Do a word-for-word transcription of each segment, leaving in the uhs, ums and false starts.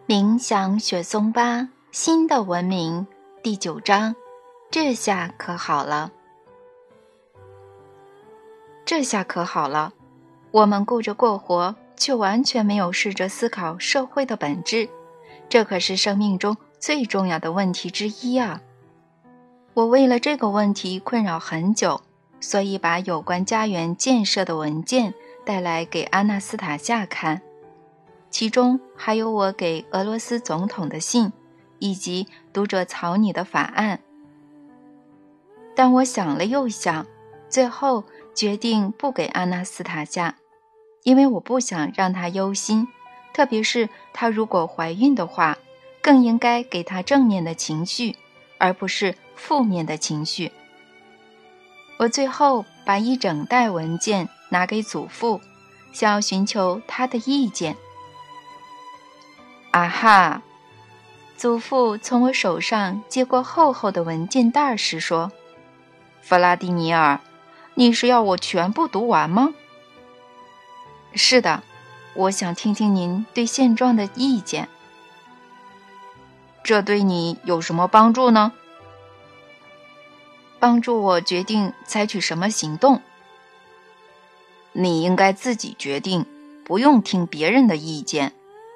冥想雪松吧，新的文明第九章，这下可好了。这下可好了，我们顾着过活，却完全没有试着思考社会的本质，这可是生命中最重要的问题之一啊！我为了这个问题困扰很久，所以把有关家园建设的文件带来给阿纳斯塔夏看。其中还有我给俄罗斯总统的信，以及读者草拟的法案。但我想了又想，最后决定不给阿纳斯塔夏，因为我不想让她忧心，特别是她如果怀孕的话，更应该给她正面的情绪，而不是负面的情绪。我最后把一整袋文件拿给祖父，想要寻求他的意见。啊哈！祖父从我手上接过厚厚的文件袋时说：“弗拉迪米尔，你是要我全部读完吗？”“是的，我想听听您对现状的意见。”“这对你有什么帮助呢？”“帮助我决定采取什么行动。”“你应该自己决定，不用听别人的意见。”“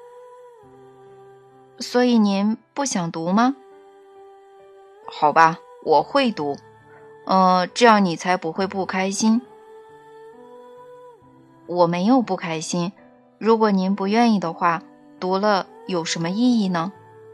所以您不想读吗？”“好吧，我会读，呃，这样你才不会不开心。”“我没有不开心，如果您不愿意的话，读了有什么意义呢？”“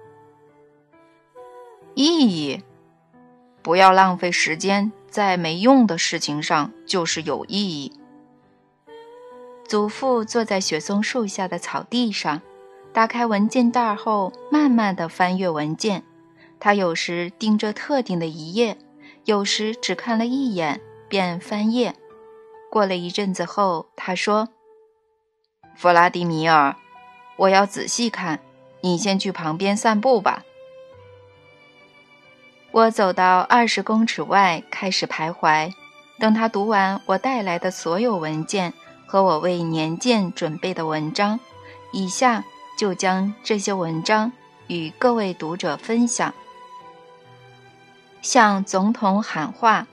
意义？不要浪费时间在没用的事情上，就是有意义。”祖父坐在雪松树下的草地上，打开文件袋后慢慢地翻阅文件，他有时盯着特定的一页，有时只看了一眼便翻页。过了一阵子后，他说：“弗拉迪米尔，我要仔细看，你先去旁边散步吧。”我走到二十公尺外开始徘徊，等他读完我带来的所有文件和我为年鉴准备的文章，以下就将这些文章与各位读者分享。向总统喊话。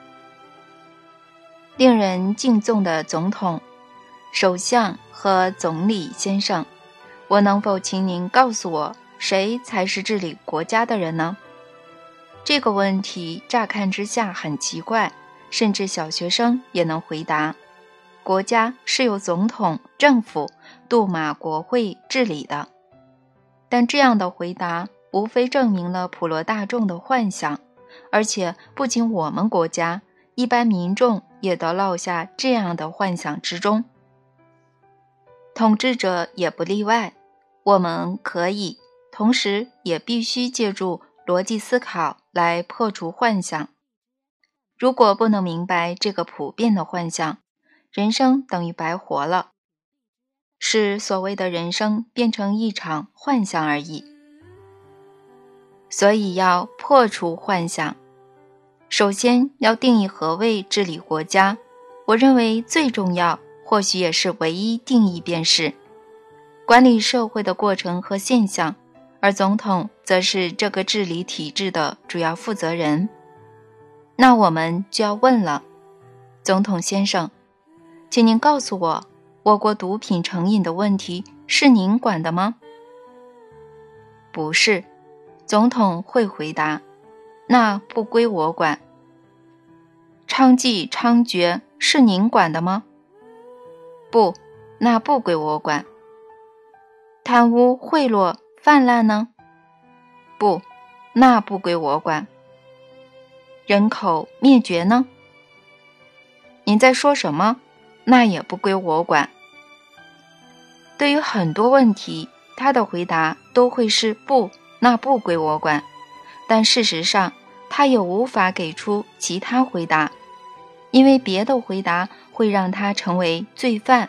令人敬重的总统、首相和总理先生，我能否请您告诉我，谁才是治理国家的人呢？这个问题乍看之下很奇怪，甚至小学生也能回答。国家是由总统、政府、杜马国会治理的。但这样的回答无非证明了普罗大众的幻想，而且不仅我们国家，一般民众也都落下这样的幻想之中。统治者也不例外。我们可以，同时也必须借助逻辑思考来破除幻想。如果不能明白这个普遍的幻象，人生等于白活了，使所谓的人生变成一场幻想而已。所以要破除幻想，首先要定义何谓治理国家。我认为最重要，或许也是唯一定义，便是管理社会的过程和现象，而总统则是这个治理体制的主要负责人。那我们就要问了，总统先生，请您告诉我，我国毒品成瘾的问题是您管的吗？不是，总统会回答，那不归我管。娼妓猖獗是您管的吗？不，那不归我管。贪污贿赂泛滥呢？不，那不归我管。人口灭绝呢？您在说什么？那也不归我管。对于很多问题，他的回答都会是不，那不归我管。但事实上，他也无法给出其他回答，因为别的回答会让他成为罪犯。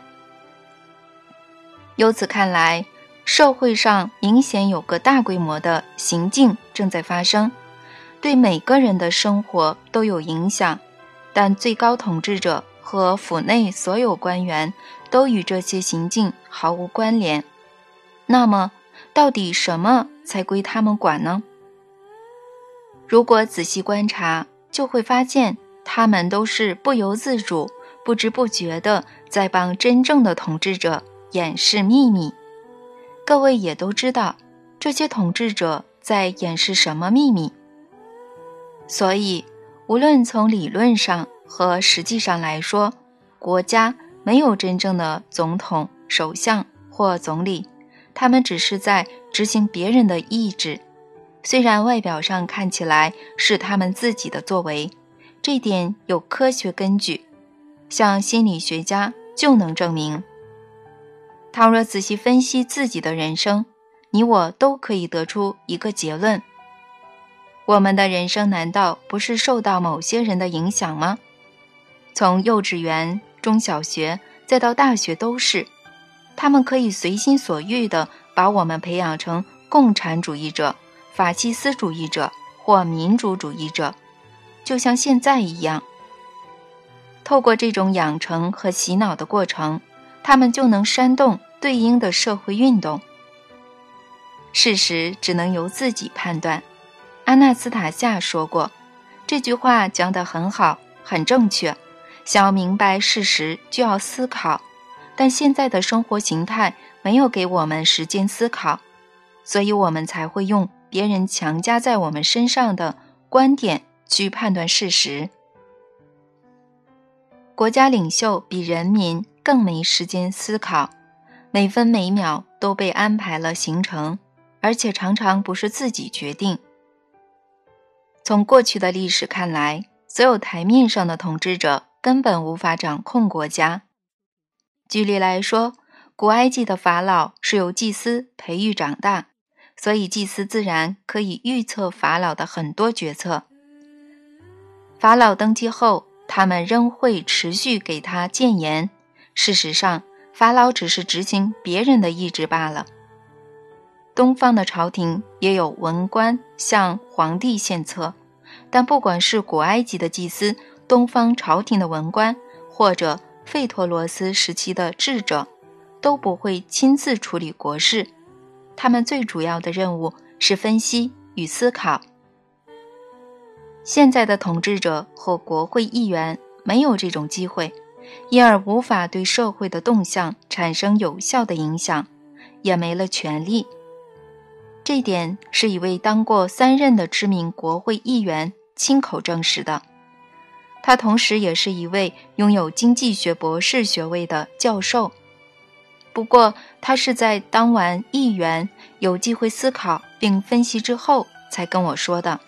由此看来，社会上明显有个大规模的行径正在发生，对每个人的生活都有影响，但最高统治者和府内所有官员都与这些行径毫无关联。那么到底什么才归他们管呢？如果仔细观察，就会发现他们都是不由自主、不知不觉地在帮真正的统治者掩饰秘密。各位也都知道，这些统治者在掩饰什么秘密。所以，无论从理论上和实际上来说，国家没有真正的总统、首相或总理，他们只是在执行别人的意志。虽然外表上看起来是他们自己的作为，这点有科学根据，像心理学家就能证明。倘若仔细分析自己的人生，你我都可以得出一个结论：我们的人生难道不是受到某些人的影响吗？从幼稚园、中小学再到大学都是，他们可以随心所欲地把我们培养成共产主义者、法西斯主义者或民主主义者，就像现在一样。透过这种养成和洗脑的过程，他们就能煽动对应的社会运动。事实只能由自己判断。阿纳斯塔夏说过，这句话讲得很好，很正确。想要明白事实，就要思考。但现在的生活形态没有给我们时间思考，所以我们才会用别人强加在我们身上的观点去判断事实。国家领袖比人民更没时间思考，每分每秒都被安排了行程，而且常常不是自己决定。从过去的历史看来，所有台面上的统治者根本无法掌控国家。举例来说，古埃及的法老是由祭司培育长大，所以祭司自然可以预测法老的很多决策。法老登基后，他们仍会持续给他谏言。事实上，法老只是执行别人的意志罢了。东方的朝廷也有文官向皇帝献策，但不管是古埃及的祭司、东方朝廷的文官，或者费陀罗斯时期的智者，都不会亲自处理国事。他们最主要的任务是分析与思考。现在的统治者或国会议员没有这种机会，因而无法对社会的动向产生有效的影响，也没了权利。这点是一位当过三任的知名国会议员亲口证实的。他同时也是一位拥有经济学博士学位的教授。不过，他是在当完议员，有机会思考并分析之后才跟我说的。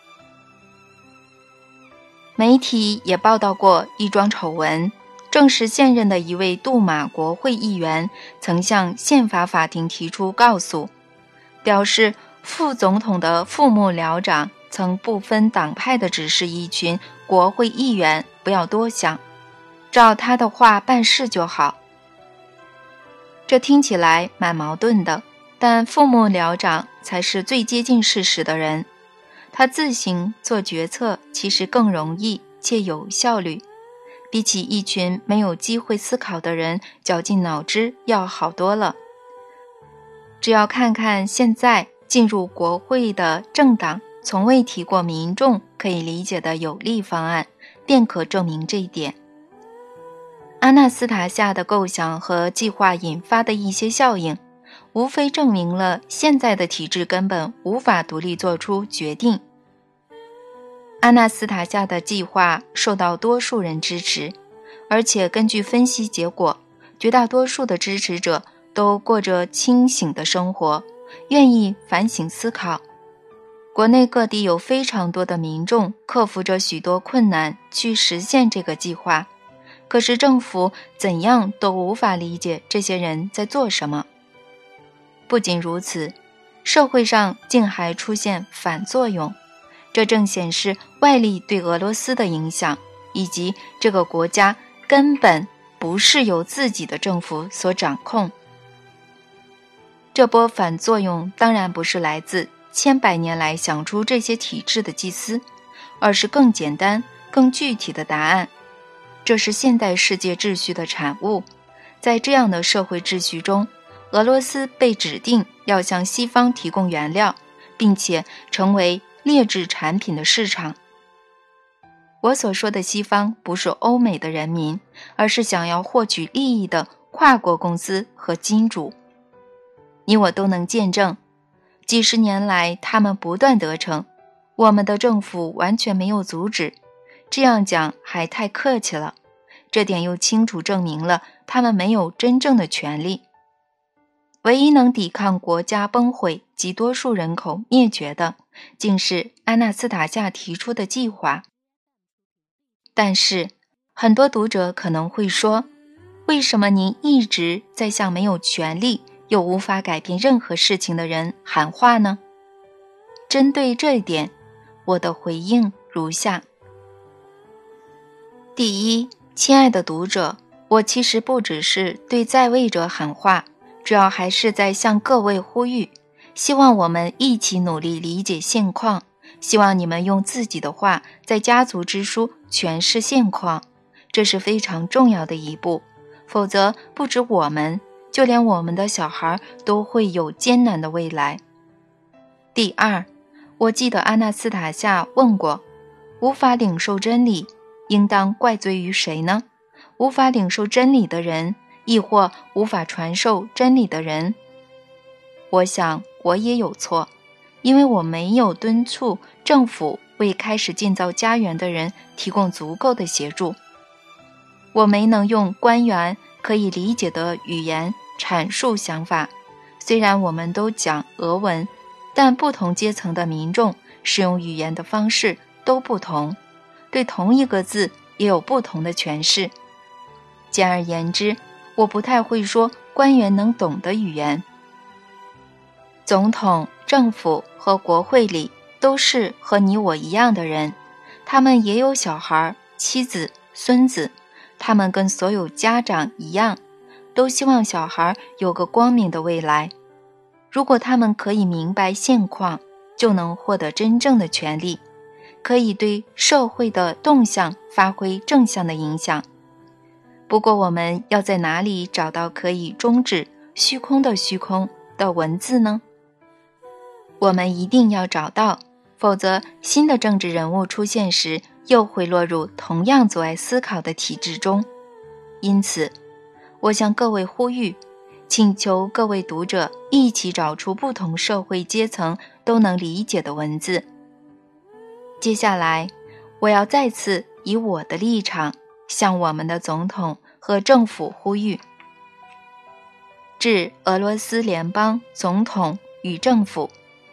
媒体也报道过一桩丑闻，正是现任的一位杜马国会议员曾向宪法法庭提出告诉，表示副总统的副幕僚长曾不分党派的指示一群国会议员不要多想，照他的话办事就好。这听起来蛮矛盾的，但副幕僚长才是最接近事实的人，他自行做决策其实更容易且有效率，比起一群没有机会思考的人绞尽脑汁要好多了。只要看看现在进入国会的政党从未提过民众可以理解的有利方案，便可证明这一点。阿纳斯塔夏的构想和计划引发的一些效应，无非证明了现在的体制根本无法独立做出决定。阿纳斯塔夏的计划受到多数人支持，而且根据分析结果，绝大多数的支持者都过着清醒的生活，愿意反省思考。国内各地有非常多的民众克服着许多困难去实现这个计划，可是政府怎样都无法理解这些人在做什么。不仅如此，社会上竟还出现反作用，这正显示外力对俄罗斯的影响，以及这个国家根本不是由自己的政府所掌控。这波反作用当然不是来自千百年来想出这些体制的祭司，而是更简单、更具体的答案。这是现代世界秩序的产物。在这样的社会秩序中， 俄罗斯被指定要向西方提供原料，并且成为劣质产品的市场。我所说的西方不是欧美的人民，而是想要获取利益的跨国公司和金主。你我都能见证，几十年来他们不断得逞，我们的政府完全没有阻止。这样讲还太客气了，这点又清楚证明了他们没有真正的权利。唯一能抵抗国家崩毁及多数人口灭绝的，竟是阿纳斯塔夏提出的计划。但是，很多读者可能会说，为什么您一直在向没有权利又无法改变任何事情的人喊话呢？针对这一点，我的回应如下。第一，亲爱的读者，我其实不只是对在位者喊话，主要还是在向各位呼吁，希望我们一起努力理解现况，希望你们用自己的话在家族之书诠释现况，这是非常重要的一步，否则不止我们，就连我们的小孩都会有艰难的未来。第二，我记得阿纳斯塔夏问过，无法领受真理，应当怪罪于谁呢？无法领受真理的人，亦或无法传授真理的人？我想我也有错，因为我没有敦促政府为开始建造家园的人提供足够的协助。我没能用官员可以理解的语言阐述想法，虽然我们都讲俄文，但不同阶层的民众使用语言的方式都不同，对同一个字也有不同的诠释。简而言之，我不太会说官员能懂的语言。总统、政府和国会里都是和你我一样的人，他们也有小孩、妻子、孙子，他们跟所有家长一样，都希望小孩有个光明的未来。如果他们可以明白现况，就能获得真正的权利，可以对社会的动向发挥正向的影响。不过我们要在哪里找到可以终止虚空的虚空的文字呢？我们一定要找到，否则新的政治人物出现时，又会落入同样阻碍思考的体制中。因此，我向各位呼吁，请求各位读者一起找出不同社会阶层都能理解的文字。接下来，我要再次以我的立场向我们的总统和政府呼吁。致俄罗斯联邦总统与政府。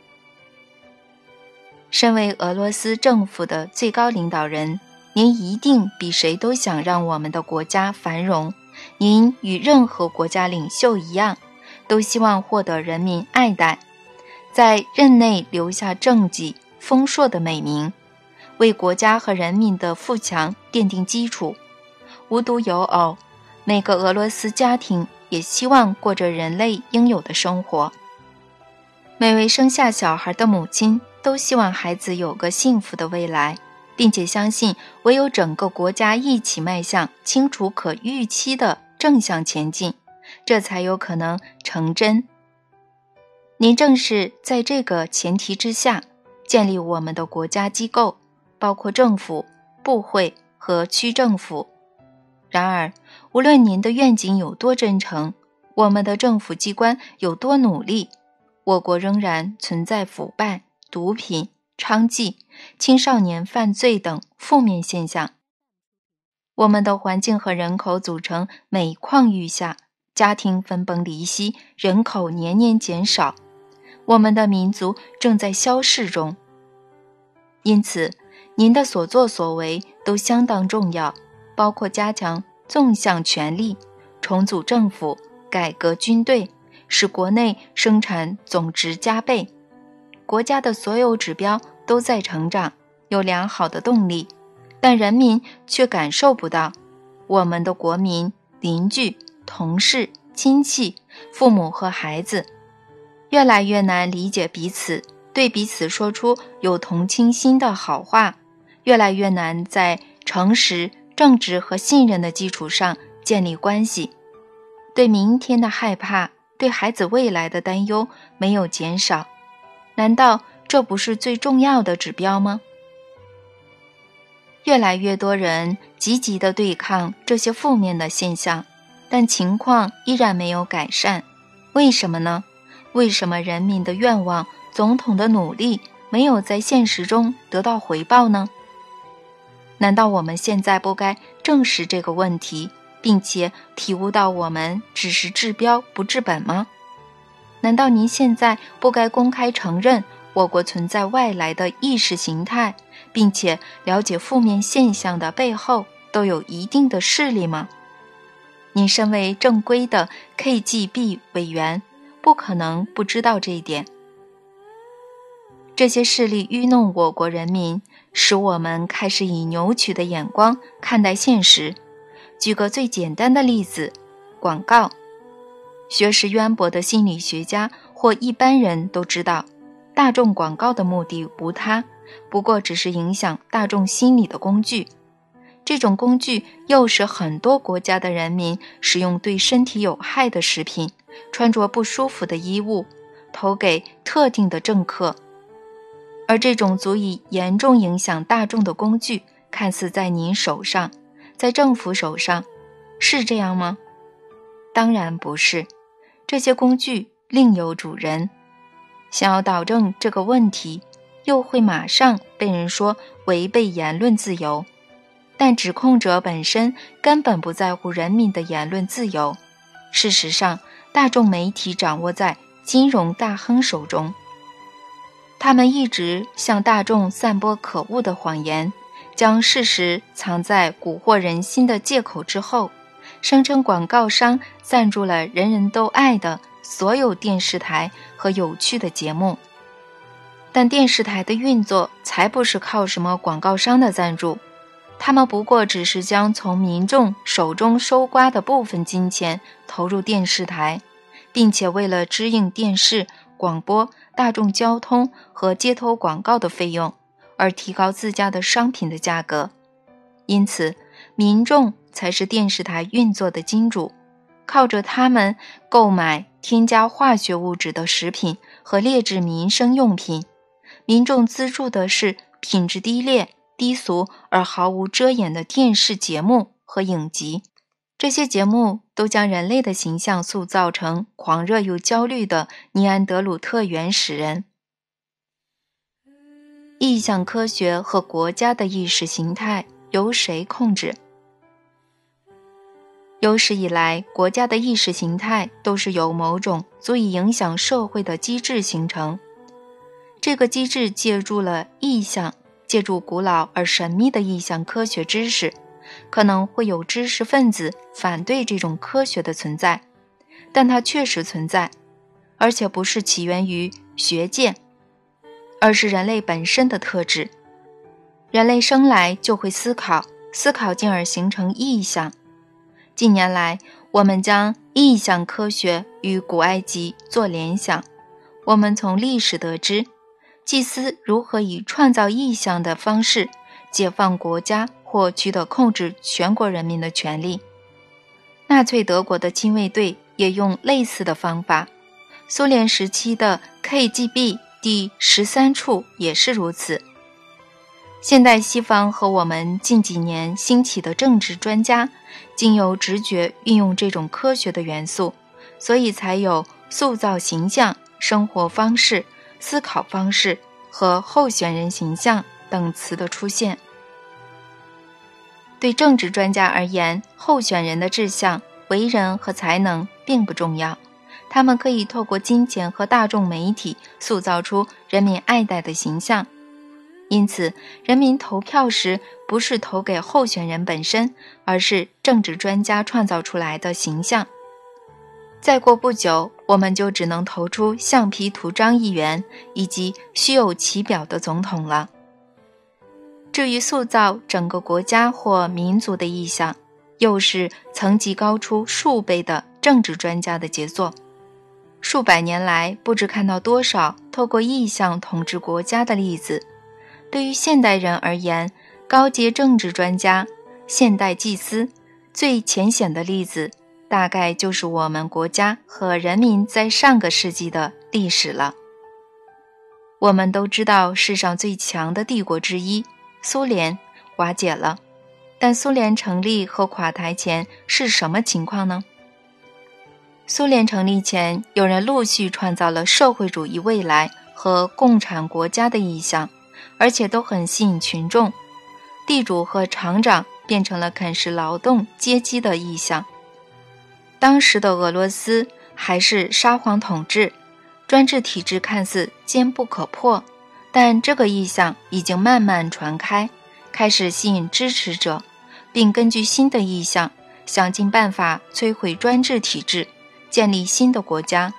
身为俄罗斯政府的最高领导人，您一定比谁都想让我们的国家繁荣。您与任何国家领袖一样，都希望获得人民爱戴，在任内留下政绩丰硕的美名，为国家和人民的富强奠定基础。无独有偶，每个俄罗斯家庭也希望过着人类应有的生活。每位生下小孩的母亲都希望孩子有个幸福的未来，并且相信唯有整个国家一起迈向清楚可预期的正向前进，这才有可能成真。您正是在这个前提之下建立我们的国家机构，包括政府、部会和区政府。然而，无论您的愿景有多真诚，我们的政府机关有多努力，我国仍然存在腐败、毒品、娼妓、青少年犯罪等负面现象。我们的环境和人口组成每况愈下，家庭分崩离析，人口年年减少，我们的民族正在消逝中。因此，您的所作所为都相当重要，包括加强纵向权力、重组政府、改革军队，使国内生产总值加倍。国家的所有指标都在成长，有良好的动力，但人民却感受不到。我们的国民、邻居、同事、亲戚、父母和孩子，越来越难理解彼此，对彼此说出有同情心的好话，越来越难在诚实、正直和信任的基础上建立关系。对明天的害怕， 对孩子未来的担忧没有减少，难道这不是最重要的指标吗？越来越多人积极地对抗这些负面的现象，但情况依然没有改善。为什么呢？为什么人民的愿望、总统的努力没有在现实中得到回报呢？难道我们现在不该正视这个问题，并且体悟到我们只是治标不治本吗？难道您现在不该公开承认我国存在外来的意识形态，并且了解负面现象的背后都有一定的势力吗？您身为正规的 K G B 委员，不可能不知道这一点。这些势力愚弄我国人民，使我们开始以扭曲的眼光看待现实。举个最简单的例子，广告。学识渊博的心理学家或一般人都知道，大众广告的目的无他，不过只是影响大众心理的工具。这种工具诱使很多国家的人民使用对身体有害的食品，穿着不舒服的衣物，投给特定的政客。而这种足以严重影响大众的工具，看似在您手上，在政府手上，是这样吗？当然不是，这些工具另有主人。想要导正这个问题，又会马上被人说违背言论自由。但指控者本身根本不在乎人民的言论自由。事实上，大众媒体掌握在金融大亨手中，他们一直向大众散播可恶的谎言，将事实藏在蛊惑人心的借口之后，声称广告商赞助了人人都爱的所有电视台和有趣的节目。但电视台的运作才不是靠什么广告商的赞助，他们不过只是将从民众手中收刮的部分金钱投入电视台，并且为了支应电视、广播、大众交通和街头广告的费用而提高自家的商品的价格。因此，民众才是电视台运作的金主，靠着他们购买添加化学物质的食品和劣质民生用品。民众资助的是品质低劣、低俗而毫无遮掩的电视节目和影集。这些节目都将人类的形象塑造成狂热又焦虑的尼安德鲁特原始人。意象科学和国家的意识形态由谁控制？有史以来，国家的意识形态都是由某种足以影响社会的机制形成。这个机制借助了意象，借助古老而神秘的意象科学知识。可能会有知识分子反对这种科学的存在，但它确实存在，而且不是起源于学界，而是人类本身的特质。人类生来就会思考，思考进而形成意象。近年来，我们将意象科学与古埃及做联想。我们从历史得知，祭司如何以创造意象的方式解放国家或取得控制全国人民的权利。纳粹德国的亲卫队也用类似的方法，苏联时期的 K G B 第十三处也是如此。现代西方和我们近几年兴起的政治专家，经由直觉运用这种科学的元素，所以才有塑造形象、生活方式、思考方式和候选人形象等词的出现。对政治专家而言，候选人的志向、为人和才能并不重要，他们可以透过金钱和大众媒体塑造出人民爱戴的形象。因此，人民投票时不是投给候选人本身，而是政治专家创造出来的形象。再过不久，我们就只能投出橡皮图章议员以及虚有其表的总统了。至于塑造整个国家或民族的意象，又是层级高出数倍的政治专家的杰作。数百年来，不知看到多少透过意象统治国家的例子。对于现代人而言，高阶政治专家、现代祭司，最浅显的例子大概就是我们国家和人民在上个世纪的历史了。我们都知道世上最强的帝国之一苏联瓦解了，但苏联成立和垮台前是什么情况呢？苏联成立前，有人陆续创造了社会主义未来和共产国家的意象，而且都很吸引群众。地主和厂长变成了啃食劳动阶级的意象。当时的俄罗斯还是沙皇统治，专制体制看似坚不可破，但这个意象已经慢慢传开，开始吸引支持者，并根据新的意象想尽办法摧毁专制体制，建立新的国家。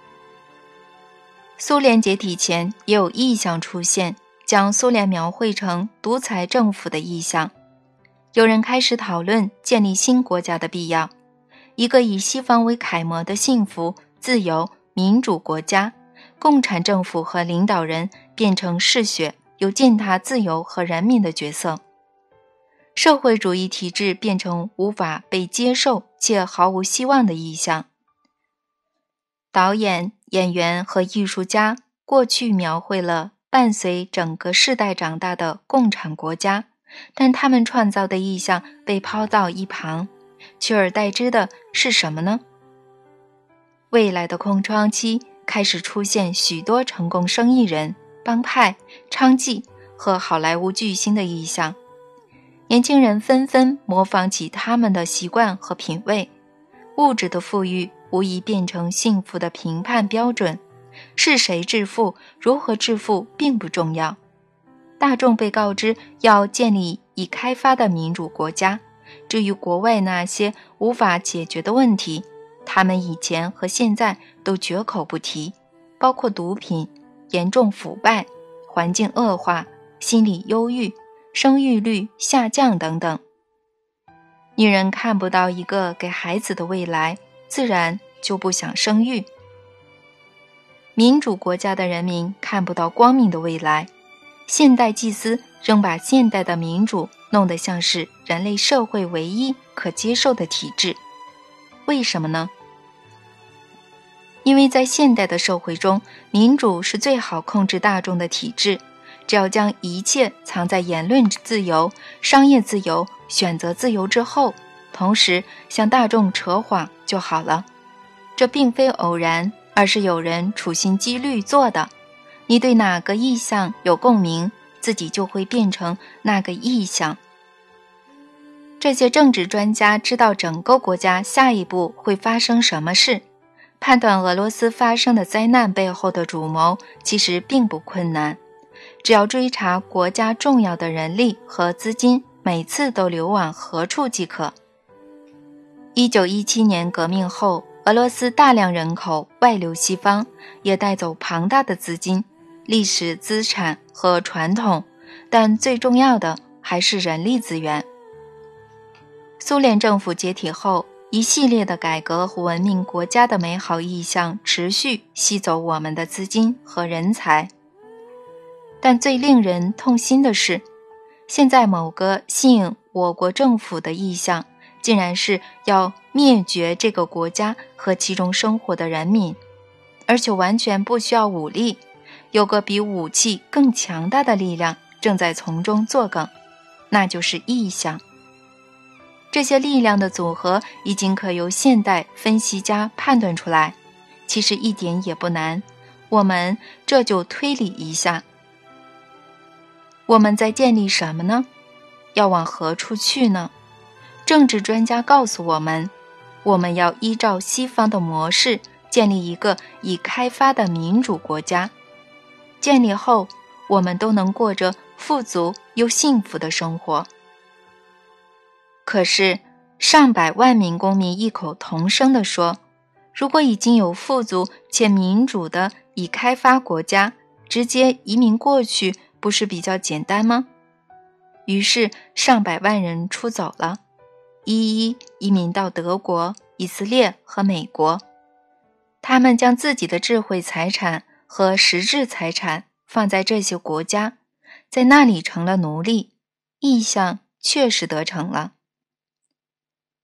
苏联解体前也有意象出现，将苏联描绘成独裁政府的意象。有人开始讨论建立新国家的必要，一个以西方为楷模的幸福、自由、民主国家，共产政府和领导人变成嗜血、有践踏自由和人民的角色。社会主义体制变成无法被接受且毫无希望的意象。导演、演员和艺术家过去描绘了伴随整个世代长大的共产国家，但他们创造的意象被抛到一旁，取而代之的是什么呢？未来的空窗期开始出现许多成功生意人、帮派、娼妓和好莱坞巨星的意象。年轻人纷纷模仿起他们的习惯和品味，物质的富裕无疑变成幸福的评判标准。是谁致富，如何致富并不重要。大众被告知要建立已开发的民主国家，至于国外那些无法解决的问题，他们以前和现在都绝口不提，包括毒品、严重腐败、环境恶化、心理忧郁、生育率下降等等。女人看不到一个给孩子的未来，自然就不想生育。民主国家的人民看不到光明的未来，现代祭司仍把现代的民主弄得像是人类社会唯一可接受的体制。为什么呢？因为在现代的社会中，民主是最好控制大众的体制，只要将一切藏在言论自由、商业自由、选择自由之后，同时向大众扯谎就好了。这并非偶然，而是有人处心积虑做的。你对哪个意象有共鸣，自己就会变成那个意象。这些政治专家知道整个国家下一步会发生什么事，判断俄罗斯发生的灾难背后的主谋其实并不困难，只要追查国家重要的人力和资金每次都流往何处即可。一九一七年革命后，俄罗斯大量人口外流西方，也带走庞大的资金、历史资产和传统，但最重要的还是人力资源。苏联政府解体后，一系列的改革和文明国家的美好意象持续吸走我们的资金和人才。但最令人痛心的是，现在某个吸引我国政府的意象，竟然是要灭绝这个国家和其中生活的人民，而且完全不需要武力，有个比武器更强大的力量正在从中作梗，那就是意象。这些力量的组合已经可由现代分析家判断出来，其实一点也不难，我们这就推理一下。我们在建立什么呢？要往何处去呢？政治专家告诉我们，我们要依照西方的模式建立一个已开发的民主国家，建立后我们都能过着富足又幸福的生活。可是上百万名公民异口同声地说，如果已经有富足且民主的已开发国家，直接移民过去不是比较简单吗？于是上百万人出走了，一一移民到德国、以色列和美国。他们将自己的智慧财产和实质财产放在这些国家，在那里成了奴隶，意象确实得逞了。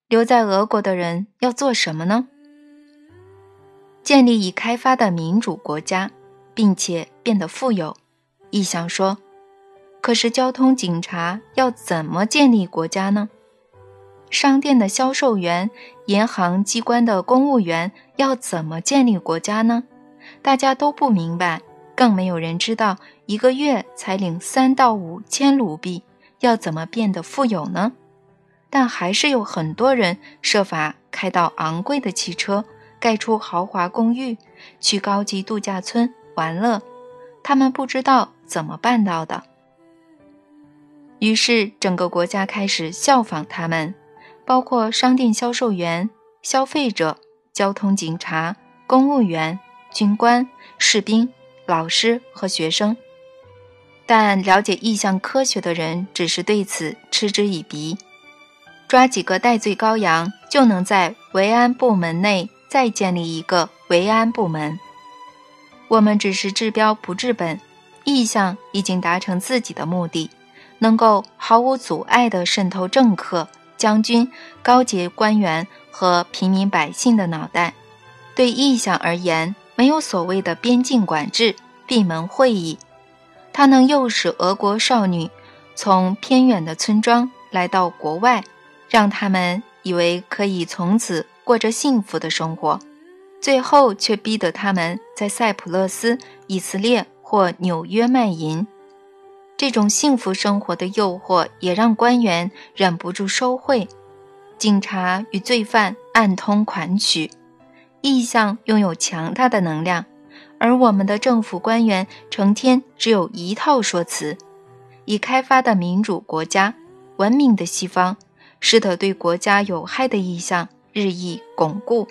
留在俄国的人要做什么呢？建立已开发的民主国家，并且变得富有。意象说，可是交通警察要怎么建立国家呢？商店的销售员、银行机关的公务员要怎么建立国家呢？大家都不明白，更没有人知道一个月才领三到五千卢币，要怎么变得富有呢？但还是有很多人设法开到昂贵的汽车，盖出豪华公寓，去高级度假村玩乐，他们不知道怎么办到的。于是整个国家开始效仿他们，包括商店销售员、消费者、交通警察、公务员、军官、士兵、老师和学生。但了解意象科学的人只是对此嗤之以鼻。抓几个戴罪羔羊，就能在维安部门内再建立一个维安部门。我们只是治标不治本，意象已经达成自己的目的，能够毫无阻碍地渗透政客、将军、高级官员和平民百姓的脑袋。对意象而言，没有所谓的边境管制、闭门会议，它能诱使俄国少女从偏远的村庄来到国外，让他们以为可以从此过着幸福的生活，最后却逼得他们在塞浦路斯、以色列或纽约卖淫。这种幸福生活的诱惑也让官员忍不住收贿，警察与罪犯暗通款曲。意象拥有强大的能量，而我们的政府官员成天只有一套说辞。已开发的民主国家、文明的西方，使得对国家有害的意象日益巩固。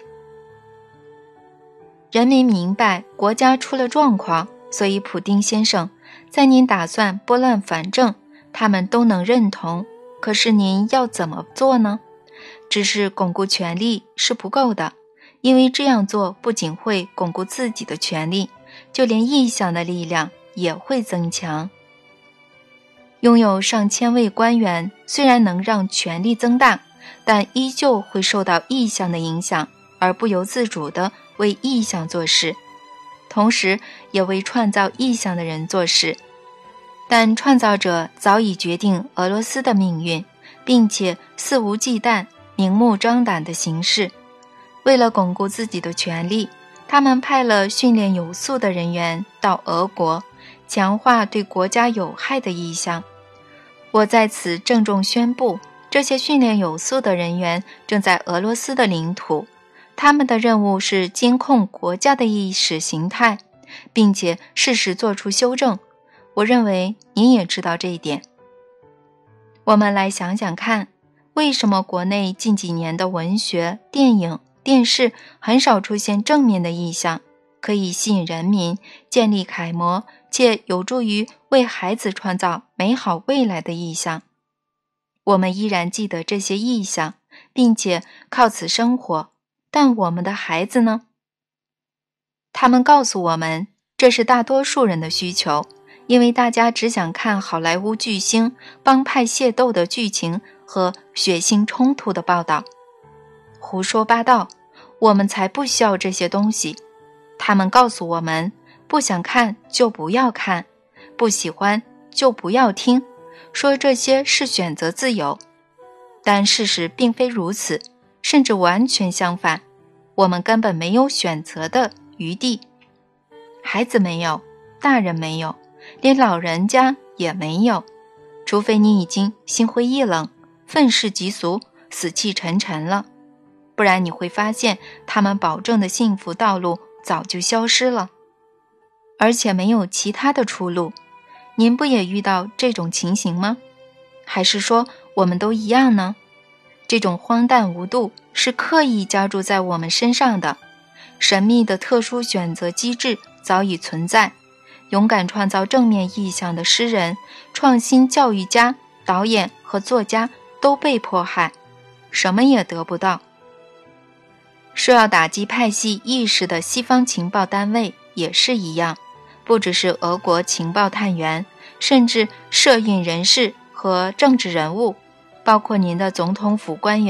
人民明白国家出了状况，所以普丁先生，在您打算拨乱反正，他们都能认同。可是您要怎么做呢？只是巩固权力是不够的，因为这样做不仅会巩固自己的权力，就连意象的力量也会增强。拥有上千位官员虽然能让权力增大，但依旧会受到意象的影响，而不由自主地为意象做事，同时也为创造意象的人做事。但创造者早已决定俄罗斯的命运，并且肆无忌惮、明目张胆地行事。为了巩固自己的权力，他们派了训练有素的人员到俄国，强化对国家有害的意象。我在此郑重宣布，这些训练有素的人员正在俄罗斯的领土，他们的任务是监控国家的意识形态，并且适时做出修正。我认为您也知道这一点。我们来想想看，为什么国内近几年的文学、电影、电视很少出现正面的意象，可以吸引人民，建立楷模，且有助于为孩子创造美好未来的意象。我们依然记得这些意象，并且靠此生活，但我们的孩子呢？他们告诉我们，这是大多数人的需求，因为大家只想看好莱坞巨星帮派械斗的剧情和血腥冲突的报道。胡说八道，我们才不需要这些东西。他们告诉我们，不想看就不要看，不喜欢就不要听，说这些是选择自由。但事实并非如此，甚至完全相反，我们根本没有选择的余地。孩子没有，大人没有，连老人家也没有，除非你已经心灰意冷、愤世嫉俗、死气沉沉了，不然你会发现他们保证的幸福道路早就消失了，而且没有其他的出路。您不也遇到这种情形吗？还是说我们都一样呢？这种荒诞无度是刻意加注在我们身上的，神秘的特殊选择机制早已存在。勇敢创造正面意象的诗人、创新教育家、导演和作家都被迫害，什么也得不到。说要打击派系意识的西方情报单位也是一样，不只是俄国情报探员，甚至社运人士和政治人物，包括您的总统府官员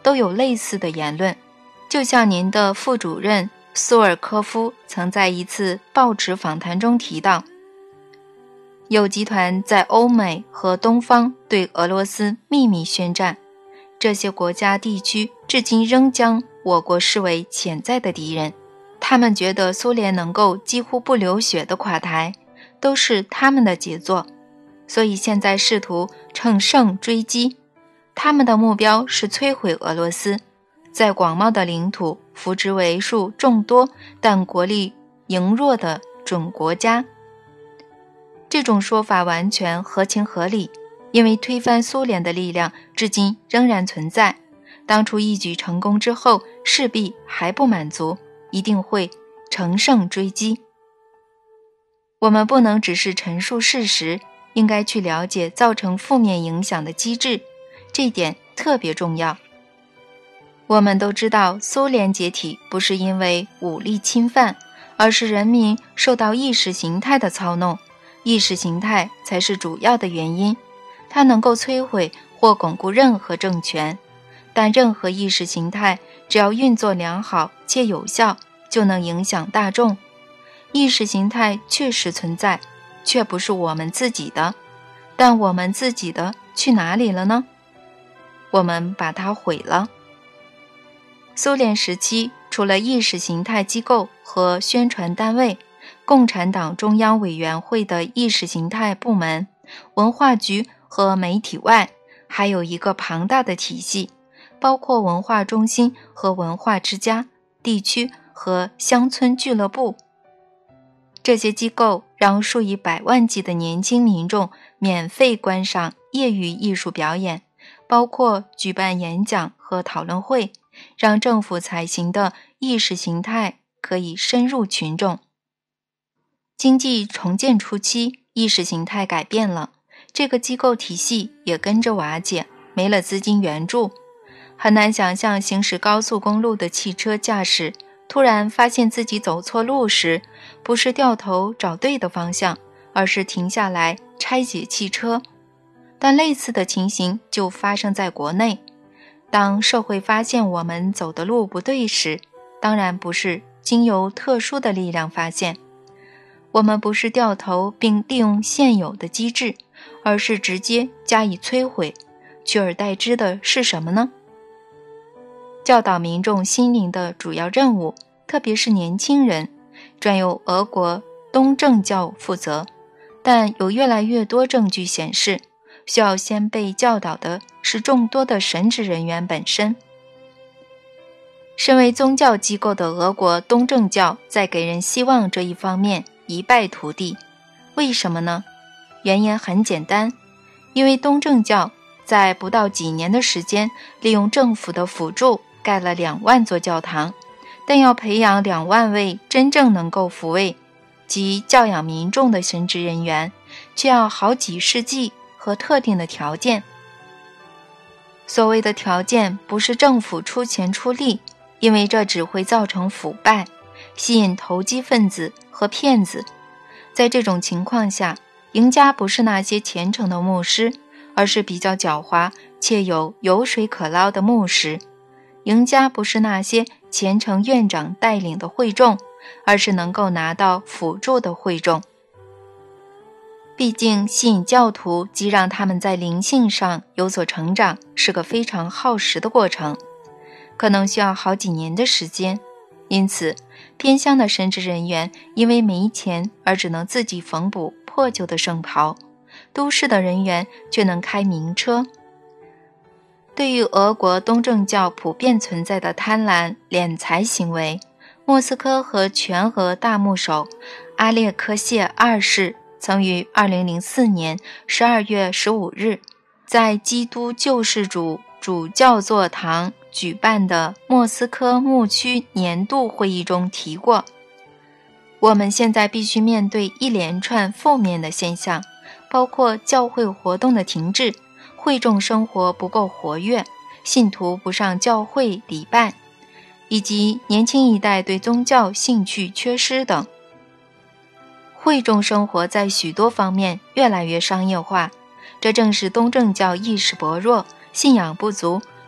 都有类似的言论，就像您的副主任苏尔科夫曾在一次报纸访谈中提到，有集团在欧美和东方对俄罗斯秘密宣战，这些国家地区至今仍将我国视为潜在的敌人，他们觉得苏联能够几乎不流血的垮台都是他们的杰作，所以现在试图乘胜追击，他们的目标是摧毁俄罗斯，在广袤的领土扶植为数众多但国力羸弱的准国家。这种说法完全合情合理，因为推翻苏联的力量至今仍然存在，当初一举成功之后势必还不满足，一定会乘胜追击。我们不能只是陈述事实，应该去了解造成负面影响的机制，这一点特别重要。我们都知道，苏联解体不是因为武力侵犯，而是人民受到意识形态的操弄，意识形态才是主要的原因，它能够摧毁或巩固任何政权，但任何意识形态只要运作良好且有效，就能影响大众。意识形态确实存在，却不是我们自己的，但我们自己的去哪里了呢？我们把它毁了。苏联时期，除了意识形态机构和宣传单位，共产党中央委员会的意识形态部门、文化局和媒体外，还有一个庞大的体系，包括文化中心和文化之家、地区和乡村俱乐部。这些机构让数以百万计的年轻民众免费观赏业余艺术表演，包括举办演讲和讨论会，让政府采行的意识形态可以深入群众。经济重建初期，意识形态改变了，这个机构体系也跟着瓦解，没了资金援助。很难想象行驶高速公路的汽车驾驶突然发现自己走错路时，不是掉头找对的方向，而是停下来拆解汽车。但类似的情形就发生在国内。当社会发现我们走的路不对时，当然不是经由特殊的力量发现，我们不是掉头并利用现有的机制，而是直接加以摧毁，取而代之的是什么呢？教导民众心灵的主要任务，特别是年轻人，专由俄国东正教负责，但有越来越多证据显示，需要先被教导的是众多的神职人员本身。身为宗教机构的俄国东正教在给人希望这一方面一败涂地。为什么呢？原因很简单，因为东正教在不到几年的时间，利用政府的辅助盖了两万座教堂，但要培养两万位真正能够抚慰及教养民众的神职人员，却要好几世纪和特定的条件。所谓的条件不是政府出钱出力，因为这只会造成腐败，吸引投机分子和骗子。在这种情况下，赢家不是那些虔诚的牧师，而是比较狡猾且有油水可捞的牧师。赢家不是那些虔诚院长带领的会众，而是能够拿到辅助的会众。毕竟吸引教徒及让他们在灵性上有所成长是个非常耗时的过程，可能需要好几年的时间。因此偏乡的神职人员因为没钱而只能自己缝补破旧的圣袍，都市的人员却能开名车。对于俄国东正教普遍存在的贪婪敛财行为，莫斯科和全俄大牧首阿列克谢二世曾于二零零四年十二月十五日在基督救世主主教座堂举办的莫斯科牧区年度会议中提过，我们现在必须面对一连串负面的现象，包括教会活动的停滞，会众生活不够活跃，信徒不上教会礼拜，以及年轻一代对宗教兴趣缺失等。会众生活在许多方面越来越商业化，这正是东正教意识薄弱、信仰不足、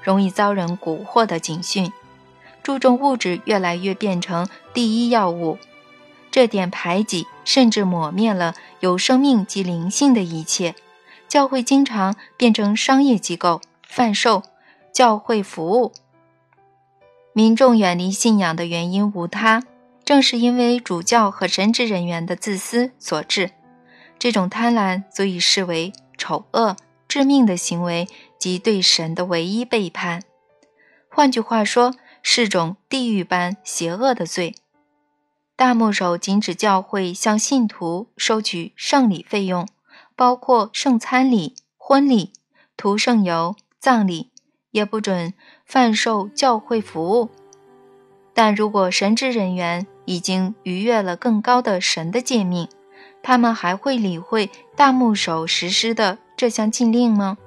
容易遭人蛊惑的警讯，注重物质越来越变成第一要务。这点排挤甚至抹灭了有生命及灵性的一切，教会经常变成商业机构，贩售教会服务。民众远离信仰的原因无他，正是因为主教和神职人员的自私所致。这种贪婪足以视为丑恶致命的行为及对神的唯一背叛，换句话说，是种地狱般邪恶的罪。大牧首禁止教会向信徒收取圣礼费用，包括圣餐礼、婚礼、涂圣油、葬礼，也不准贩售教会服务。但如果神职人员已经逾越了更高的神的诫命，他们还会理会大牧首实施的这项禁令吗？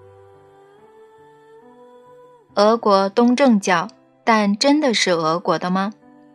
俄国东正教，但真的是俄国的吗？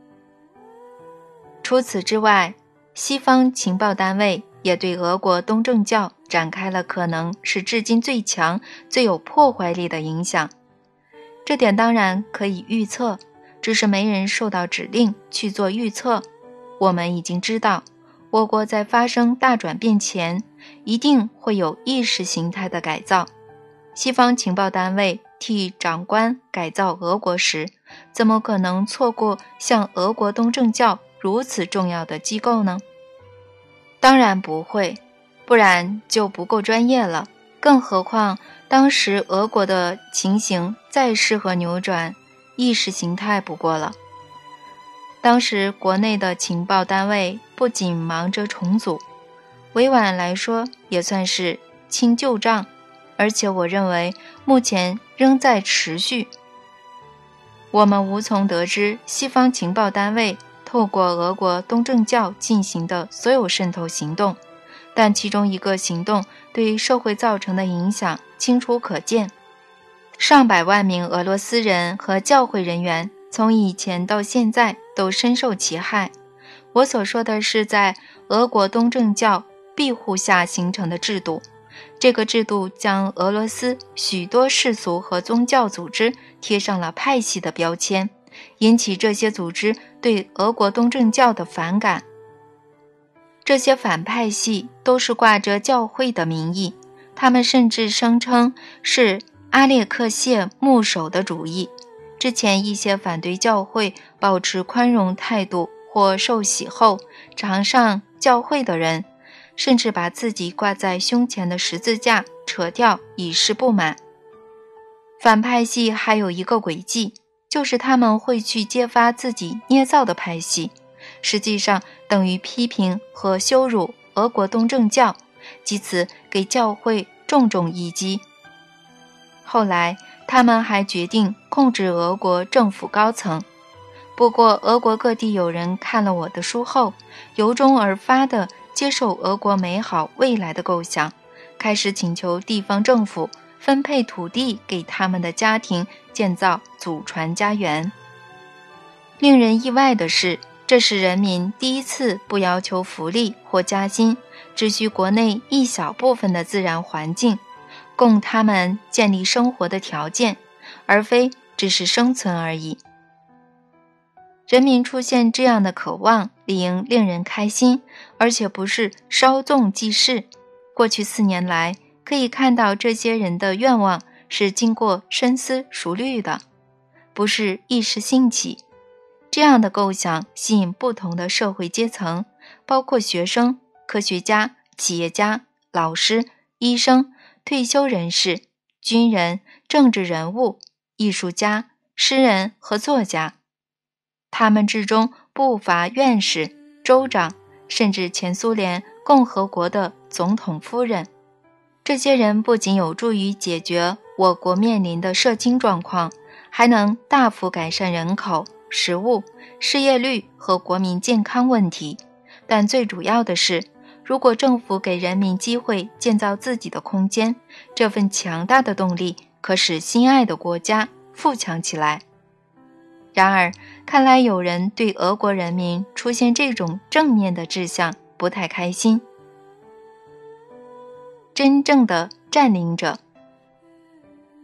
除此之外，西方情报单位也对俄国东正教展开了可能是至今最强、最有破坏力的影响。这点当然可以预测，只是没人受到指令去做预测。我们已经知道，我国在发生大转变前，一定会有意识形态的改造。西方情报单位替长官改造俄国时，怎么可能错过像俄国东正教如此重要的机构呢？当然不会，不然就不够专业了。更何况当时俄国的情形再适合扭转意识形态不过了。当时国内的情报单位不仅忙着重组，委婉来说也算是清旧账，而且我认为目前仍在持续。我们无从得知西方情报单位透过俄国东正教进行的所有渗透行动，但其中一个行动对社会造成的影响清楚可见。上百万名俄罗斯人和教会人员从以前到现在都深受其害。我所说的是在俄国东正教庇护下形成的制度，这个制度将俄罗斯许多世俗和宗教组织贴上了派系的标签，引起这些组织对俄国东正教的反感。这些反派系都是挂着教会的名义，他们甚至声称是阿列克谢牧首的主意。之前一些反对教会保持宽容态度或受洗后常上教会的人，甚至把自己挂在胸前的十字架扯掉以示不满。反派系还有一个诡计，就是他们会去揭发自己捏造的派系，实际上等于批评和羞辱俄国东正教，藉此给教会重重一击。后来他们还决定控制俄国政府高层。不过俄国各地有人看了我的书后，由衷而发地接受俄国美好未来的构想，开始请求地方政府分配土地给他们的家庭建造祖传家园。令人意外的是，这是人民第一次不要求福利或加薪，只需国内一小部分的自然环境，供他们建立生活的条件，而非只是生存而已。人民出现这样的渴望，理应令人开心，而且不是稍纵即逝。过去四年来，可以看到这些人的愿望是经过深思熟虑的，不是一时兴起。这样的构想吸引不同的社会阶层，包括学生、科学家、企业家、老师、医生、退休人士、军人、政治人物、艺术家、诗人和作家。他们之中不乏院士、州长，甚至前苏联共和国的总统夫人。这些人不仅有助于解决我国面临的社经状况，还能大幅改善人口、食物、失业率和国民健康问题。但最主要的是，如果政府给人民机会建造自己的空间，这份强大的动力可使心爱的国家富强起来。然而，看来有人对俄国人民出现这种正面的志向不太开心。真正的占领者。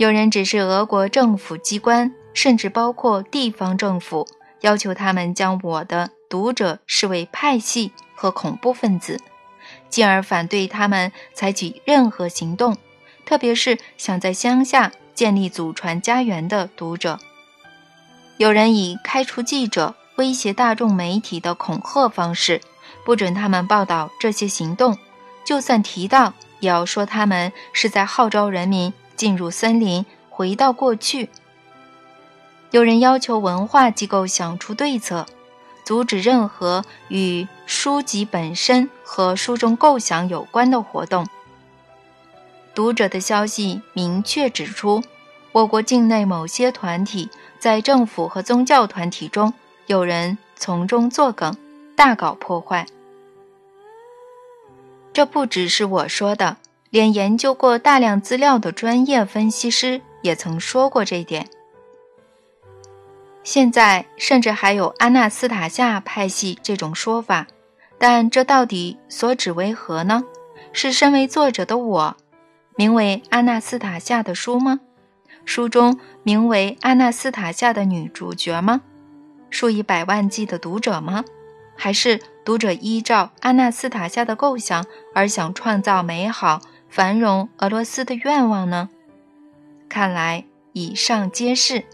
有人指示俄国政府机关，甚至包括地方政府，要求他们将我的读者视为派系和恐怖分子，进而反对他们采取任何行动，特别是想在乡下建立祖传家园的读者。有人以开除记者、威胁大众媒体的恐吓方式，不准他们报道这些行动，就算提到，也要说他们是在号召人民进入森林，回到过去。有人要求文化机构想出对策，阻止任何与书籍本身和书中构想有关的活动。读者的消息明确指出，我国境内某些团体在政府和宗教团体中，有人从中作梗，大搞破坏。这不只是我说的，连研究过大量资料的专业分析师也曾说过这点。现在甚至还有阿纳斯塔夏派系这种说法，但这到底所指为何呢？是身为作者的我，名为阿纳斯塔夏的书吗？书中名为阿纳斯塔夏的女主角吗？数以百万计的读者吗？还是读者依照阿纳斯塔夏的构想而想创造美好繁荣俄罗斯的愿望呢？看来以上皆是。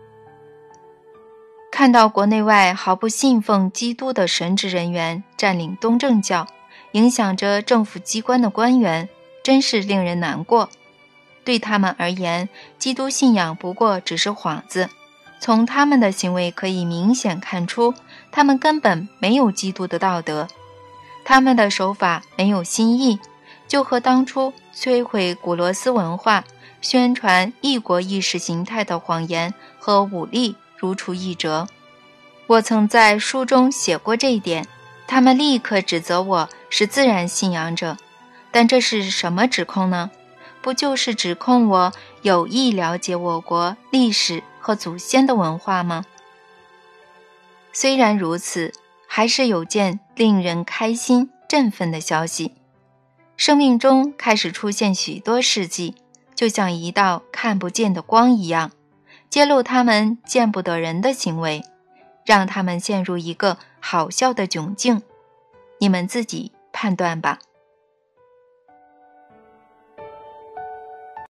看到国内外毫不信奉基督的神职人员占领东正教，影响着政府机关的官员，真是令人难过。对他们而言，基督信仰不过只是幌子，从他们的行为可以明显看出，他们根本没有基督的道德，他们的手法没有新意，就和当初摧毁古罗斯文化、宣传异国意识形态的谎言和武力如出一辙。我曾在书中写过这一点，他们立刻指责我是自然信仰者，但这是什么指控呢？不就是指控我有意了解我国历史和祖先的文化吗？虽然如此，还是有件令人开心振奋的消息，生命中开始出现许多事迹，就像一道看不见的光一样，揭露他们见不得人的行为，让他们陷入一个好笑的窘境。你们自己判断吧。